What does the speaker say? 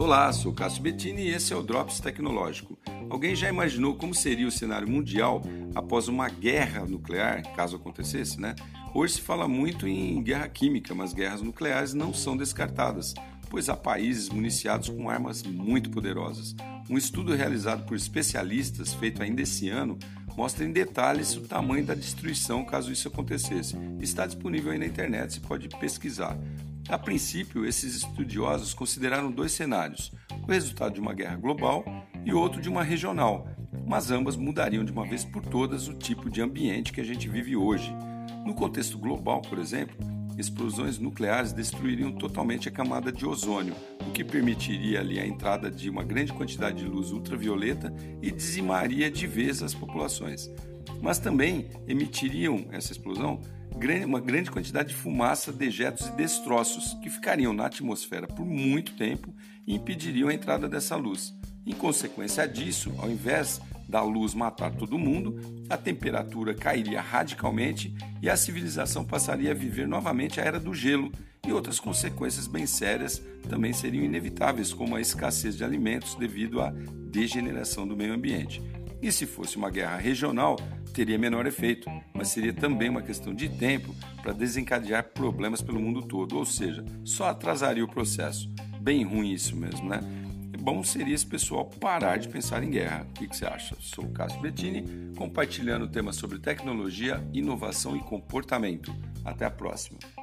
Olá, sou Cássio Bettini e esse é o Drops Tecnológico. Alguém já imaginou como seria o cenário mundial após uma guerra nuclear, caso acontecesse, né? Hoje se fala muito em guerra química, mas guerras nucleares não são descartadas, pois há países municiados com armas muito poderosas. Um estudo realizado por especialistas, feito ainda esse ano, mostra em detalhes o tamanho da destruição caso isso acontecesse. Está disponível aí na internet, você pode pesquisar. A princípio, esses estudiosos consideraram dois cenários, o resultado de uma guerra global e outro de uma regional, mas ambas mudariam de uma vez por todas o tipo de ambiente que a gente vive hoje. No contexto global, por exemplo, explosões nucleares destruiriam totalmente a camada de ozônio, o que permitiria ali a entrada de uma grande quantidade de luz ultravioleta e dizimaria de vez as populações. Mas também emitiriam, essa explosão, uma grande quantidade de fumaça, dejetos e destroços que ficariam na atmosfera por muito tempo e impediriam a entrada dessa luz. Em consequência disso, ao invés da luz matar todo mundo, a temperatura cairia radicalmente e a civilização passaria a viver novamente a era do gelo, e outras consequências bem sérias também seriam inevitáveis, como a escassez de alimentos devido à degeneração do meio ambiente. E se fosse uma guerra regional, teria menor efeito, mas seria também uma questão de tempo para desencadear problemas pelo mundo todo, ou seja, só atrasaria o processo. Bem ruim isso mesmo, né? Bom seria esse pessoal parar de pensar em guerra. O que você acha? Sou o Cássio Bettini, compartilhando temas sobre tecnologia, inovação e comportamento. Até a próxima.